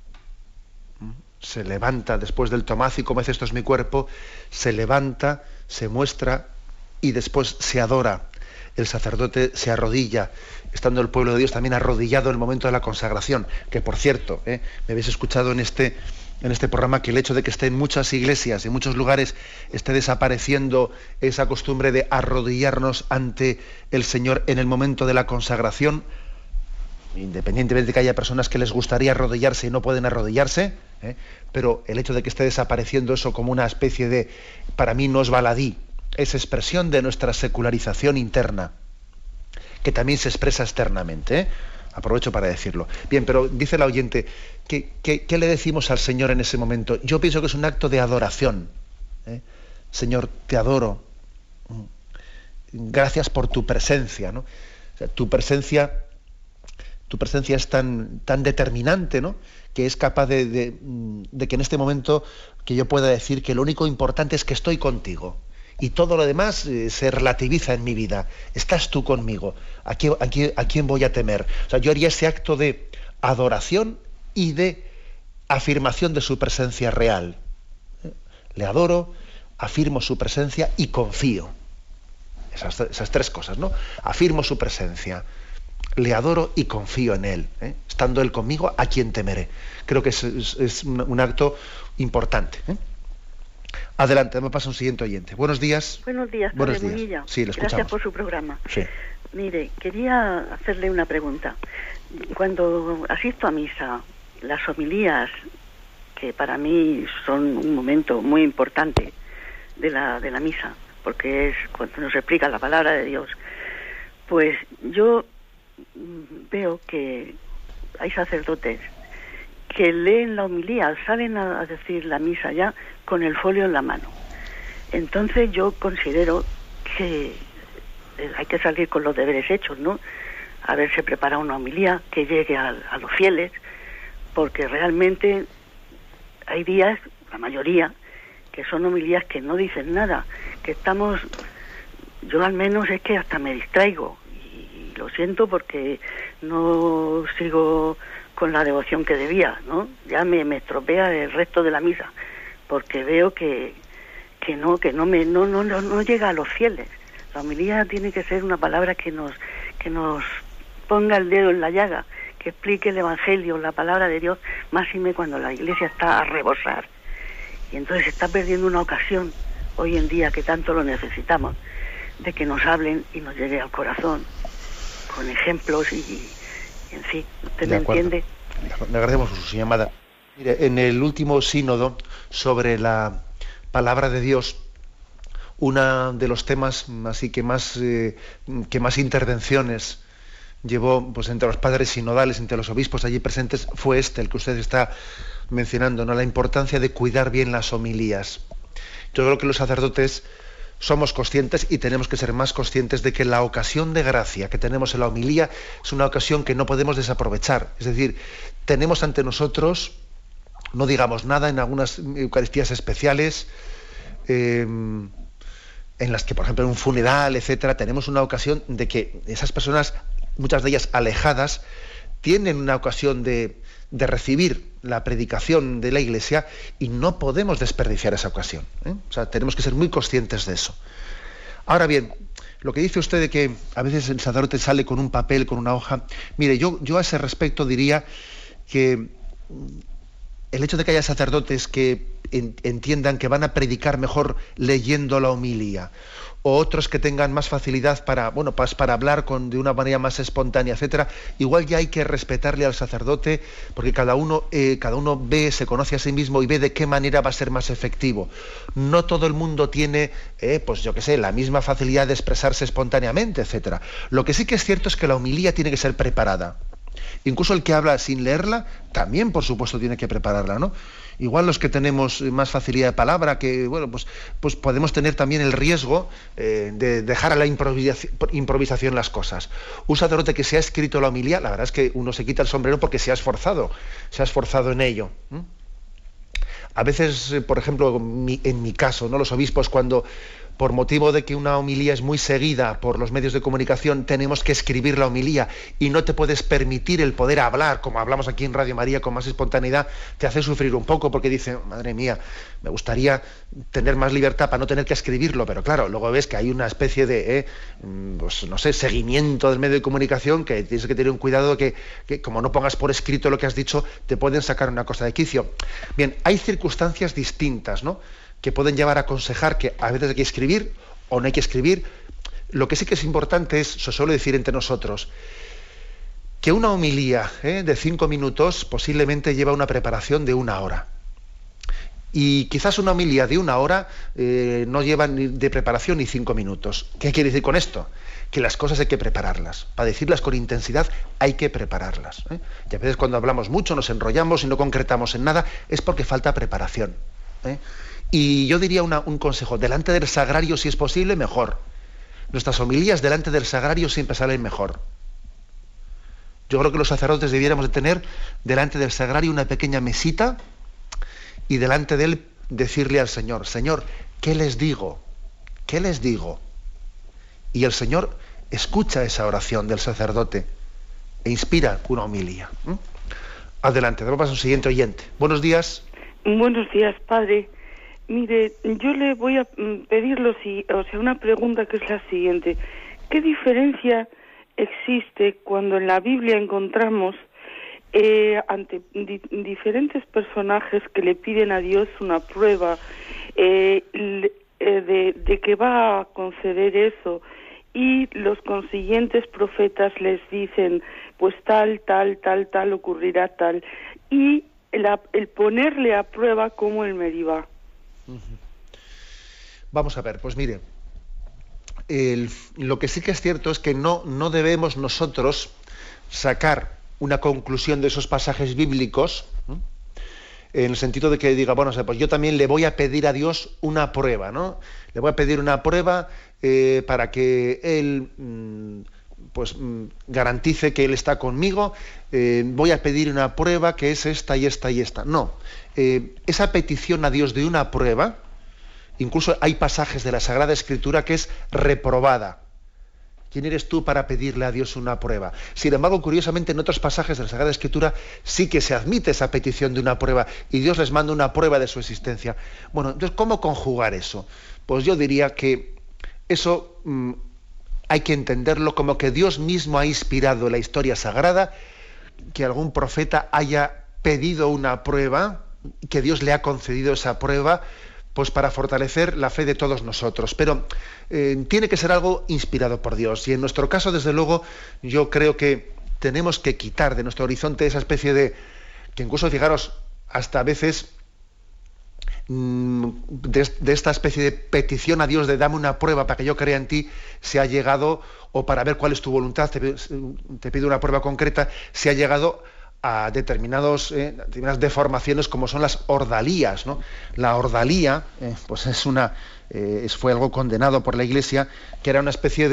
se levanta después del tomazo y comed, esto es mi cuerpo, se levanta, se muestra y después se adora. El sacerdote se arrodilla, estando el pueblo de Dios también arrodillado en el momento de la consagración, que por cierto, me habéis escuchado en este programa que el hecho de que esté en muchas iglesias, en muchos lugares, esté desapareciendo esa costumbre de arrodillarnos ante el Señor en el momento de la consagración, independientemente de que haya personas que les gustaría arrodillarse y no pueden arrodillarse, pero el hecho de que esté desapareciendo eso como una especie de, para mí no es baladí, es expresión de nuestra secularización interna, que también se expresa externamente. Aprovecho para decirlo. Bien, pero dice la oyente, ¿qué le decimos al Señor en ese momento? Yo pienso que es un acto de adoración. Señor, te adoro. Gracias por tu presencia, ¿no? O sea, tu presencia es tan determinante, ¿no? Que es capaz de que en este momento que yo pueda decir que lo único importante es que estoy contigo. Y todo lo demás se relativiza en mi vida. Estás tú conmigo. ¿A quién voy a temer? O sea, yo haría ese acto de adoración y de afirmación de su presencia real. Le adoro, afirmo su presencia y confío. Esas tres cosas, ¿no? Afirmo su presencia, le adoro y confío en él. Estando él conmigo, ¿a quién temeré? Creo que es un acto importante. Adelante, me pasa un siguiente oyente. Buenos días. Buenos días, Padre Munilla. Sí, le escuchamos. Gracias por su programa. Sí. Mire, quería hacerle una pregunta. Cuando asisto a misa, las homilías, que para mí son un momento muy importante de la misa, porque es cuando nos explica la palabra de Dios, pues yo veo que hay sacerdotes que leen la homilía, salen a decir la misa ya con el folio en la mano. Entonces yo considero que hay que salir con los deberes hechos, ¿no? Haberse preparado una homilía que llegue a los fieles, porque realmente hay días, la mayoría, que son homilías que no dicen nada, que estamos, yo al menos es que hasta me distraigo, y lo siento porque no sigo con la devoción que debía, ¿no? Ya me estropea el resto de la misa, porque veo que no llega a los fieles. La homilía tiene que ser una palabra que nos ponga el dedo en la llaga, que explique el Evangelio, la palabra de Dios, máxime cuando la Iglesia está a rebosar. Y entonces se está perdiendo una ocasión, hoy en día, que tanto lo necesitamos, de que nos hablen y nos llegue al corazón, con ejemplos y en fin, ¿usted me entiende? Le agradecemos su llamada. Mire, en el último sínodo sobre la palabra de Dios, uno de los temas así que más intervenciones llevó, pues, entre los padres sinodales, entre los obispos allí presentes, fue el que usted está mencionando, ¿no? La importancia de cuidar bien las homilías. Yo creo que los sacerdotes somos conscientes y tenemos que ser más conscientes de que la ocasión de gracia que tenemos en la homilía es una ocasión que no podemos desaprovechar. Es decir, tenemos ante nosotros, no digamos nada, en algunas Eucaristías especiales, en las que, por ejemplo, en un funeral, etcétera, tenemos una ocasión de que esas personas, muchas de ellas alejadas, tienen una ocasión de recibir la predicación de la Iglesia y no podemos desperdiciar esa ocasión. O sea, tenemos que ser muy conscientes de eso. Ahora bien, lo que dice usted de que a veces el sacerdote sale con un papel, con una hoja, mire, yo a ese respecto diría que el hecho de que haya sacerdotes que entiendan que van a predicar mejor leyendo la homilía, o otros que tengan más facilidad para hablar de una manera más espontánea, etcétera, igual ya hay que respetarle al sacerdote, porque cada uno ve, se conoce a sí mismo y ve de qué manera va a ser más efectivo. No todo el mundo tiene, la misma facilidad de expresarse espontáneamente, etcétera. Lo que sí que es cierto es que la homilía tiene que ser preparada. Incluso el que habla sin leerla, también, por supuesto, tiene que prepararla, ¿no? Igual los que tenemos más facilidad de palabra, que bueno, pues podemos tener también el riesgo de dejar a la improvisación las cosas. Un sacerdote que se ha escrito la homilía, la verdad es que uno se quita el sombrero porque se ha esforzado en ello. A veces, por ejemplo, en mi caso, ¿no? Los obispos, cuando por motivo de que una homilía es muy seguida por los medios de comunicación, tenemos que escribir la homilía y no te puedes permitir el poder hablar, como hablamos aquí en Radio María con más espontaneidad, te hace sufrir un poco porque dice, madre mía, me gustaría tener más libertad para no tener que escribirlo, pero claro, luego ves que hay una especie de, pues no sé, seguimiento del medio de comunicación, que tienes que tener un cuidado que como no pongas por escrito lo que has dicho, te pueden sacar una cosa de quicio. Bien, hay circunstancias distintas, ¿no?, que pueden llevar a aconsejar que a veces hay que escribir o no hay que escribir. Lo que sí que es importante es, se suele decir entre nosotros, que una homilía de 5 minutos posiblemente lleva una preparación de 1 hora. Y quizás una homilía de 1 hora no lleva ni de preparación ni 5 minutos. ¿Qué quiere decir con esto? Que las cosas hay que prepararlas. Para decirlas con intensidad hay que prepararlas. Y a veces cuando hablamos mucho, nos enrollamos y no concretamos en nada, es porque falta preparación. Y yo diría un consejo, delante del sagrario, si es posible, mejor. Nuestras homilías delante del sagrario siempre salen mejor. Yo creo que los sacerdotes debiéramos de tener delante del sagrario una pequeña mesita y delante de él decirle al Señor, Señor, ¿qué les digo? ¿Qué les digo? Y el Señor escucha esa oración del sacerdote e inspira una homilía. Adelante, damos paso al siguiente oyente. Buenos días. Buenos días, padre. Mire, yo le voy a pedir una pregunta que es la siguiente. ¿Qué diferencia existe cuando en la Biblia encontramos ante diferentes personajes que le piden a Dios una prueba de que va a conceder eso, y los consiguientes profetas les dicen, pues tal ocurrirá tal, y el ponerle a prueba como el Meribá? Vamos a ver, pues mire, lo que sí que es cierto es que no debemos nosotros sacar una conclusión de esos pasajes bíblicos, en el sentido de que diga, bueno, pues yo también le voy a pedir a Dios una prueba, ¿no? Le voy a pedir una prueba para que Él garantice que Él está conmigo, voy a pedir una prueba que es esta y esta y esta. No, esa petición a Dios de una prueba, incluso hay pasajes de la Sagrada Escritura que es reprobada. ¿Quién eres tú para pedirle a Dios una prueba? Sin embargo, curiosamente, en otros pasajes de la Sagrada Escritura sí que se admite esa petición de una prueba y Dios les manda una prueba de su existencia. Bueno, entonces, ¿cómo conjugar eso? Pues yo diría que eso hay que entenderlo como que Dios mismo ha inspirado en la historia sagrada que algún profeta haya pedido una prueba, que Dios le ha concedido esa prueba, pues para fortalecer la fe de todos nosotros. Pero tiene que ser algo inspirado por Dios. Y en nuestro caso, desde luego, yo creo que tenemos que quitar de nuestro horizonte esa especie de, que incluso, fijaros, hasta a veces de esta especie de petición a Dios de dame una prueba para que yo crea en ti, se ha llegado, o para ver cuál es tu voluntad, te pido una prueba concreta, se ha llegado a determinadas deformaciones como son las ordalías, ¿no? La ordalía, pues fue algo condenado por la Iglesia, que era una especie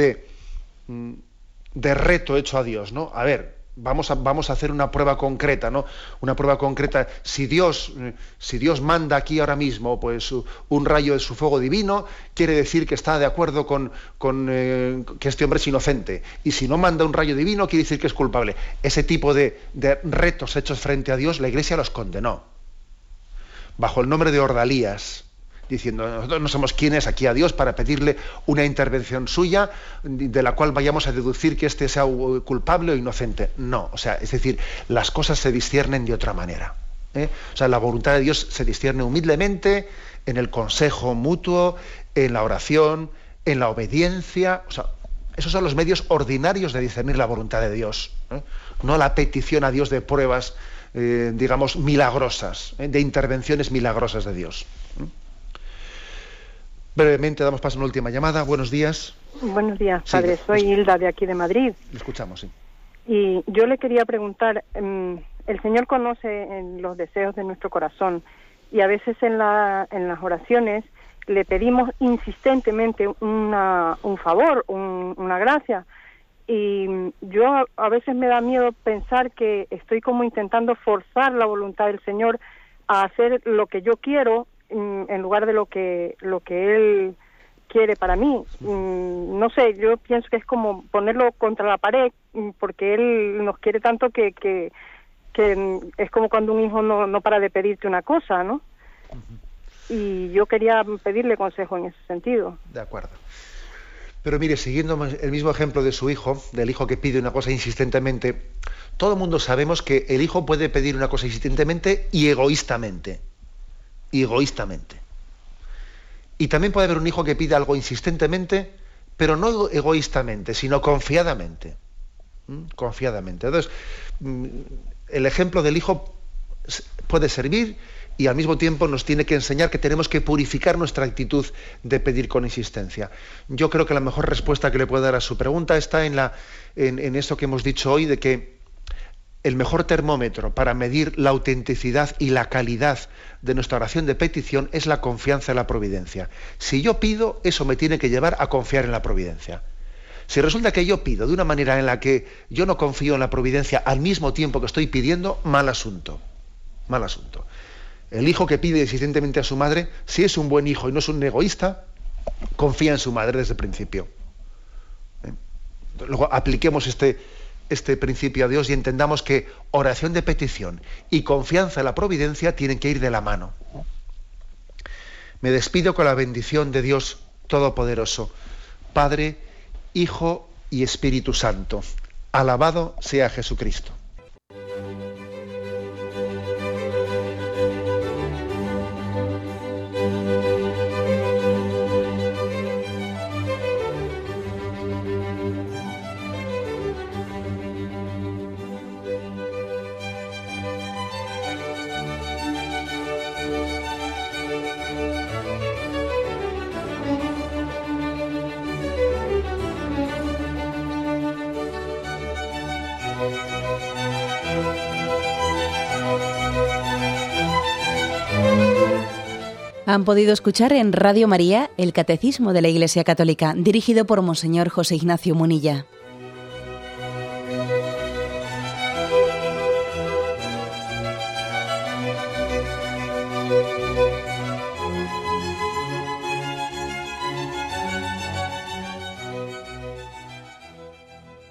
de reto hecho a Dios, ¿no? A ver, vamos a hacer una prueba concreta, ¿no? Una prueba concreta. Si Dios manda aquí ahora mismo, pues un rayo de su fuego divino, quiere decir que está de acuerdo con que este hombre es inocente. Y si no manda un rayo divino, quiere decir que es culpable. Ese tipo de retos hechos frente a Dios, la Iglesia los condenó. Bajo el nombre de ordalías, diciendo, nosotros no somos quienes aquí a Dios para pedirle una intervención suya de la cual vayamos a deducir que éste sea culpable o inocente. No, o sea, es decir, las cosas se disciernen de otra manera. O sea, la voluntad de Dios se discierne humildemente en el consejo mutuo, en la oración, en la obediencia. O sea, esos son los medios ordinarios de discernir la voluntad de Dios. No la petición a Dios de pruebas, digamos, milagrosas, de intervenciones milagrosas de Dios. Brevemente damos paso a una última llamada. Buenos días. Buenos días, padre. Soy Hilda, de aquí de Madrid. Le escuchamos, sí. Y yo le quería preguntar, el Señor conoce los deseos de nuestro corazón, y a veces en las oraciones le pedimos insistentemente un favor, una gracia, y yo a veces me da miedo pensar que estoy como intentando forzar la voluntad del Señor a hacer lo que yo quiero en lugar de lo que Él quiere para mí. No sé, yo pienso que es como ponerlo contra la pared, porque Él nos quiere tanto que es como cuando un hijo no para de pedirte una cosa, ¿no? Y yo quería pedirle consejo en ese sentido. De acuerdo. Pero mire, siguiendo el mismo ejemplo de su hijo, del hijo que pide una cosa insistentemente, todo el mundo sabemos que el hijo puede pedir una cosa insistentemente y egoístamente. Y también puede haber un hijo que pide algo insistentemente, pero no egoístamente, sino confiadamente. Confiadamente. Entonces, el ejemplo del hijo puede servir y al mismo tiempo nos tiene que enseñar que tenemos que purificar nuestra actitud de pedir con insistencia. Yo creo que la mejor respuesta que le puedo dar a su pregunta está en esto que hemos dicho hoy, de que el mejor termómetro para medir la autenticidad y la calidad de nuestra oración de petición es la confianza en la providencia. Si yo pido, eso me tiene que llevar a confiar en la providencia. Si resulta que yo pido de una manera en la que yo no confío en la providencia al mismo tiempo que estoy pidiendo, mal asunto. Mal asunto. El hijo que pide insistentemente a su madre, si es un buen hijo y no es un egoísta, confía en su madre desde el principio. Luego apliquemos este principio a Dios y entendamos que oración de petición y confianza en la providencia tienen que ir de la mano. Me despido con la bendición de Dios Todopoderoso, Padre, Hijo y Espíritu Santo. Alabado sea Jesucristo. Han podido escuchar en Radio María el Catecismo de la Iglesia Católica, dirigido por Monseñor José Ignacio Munilla.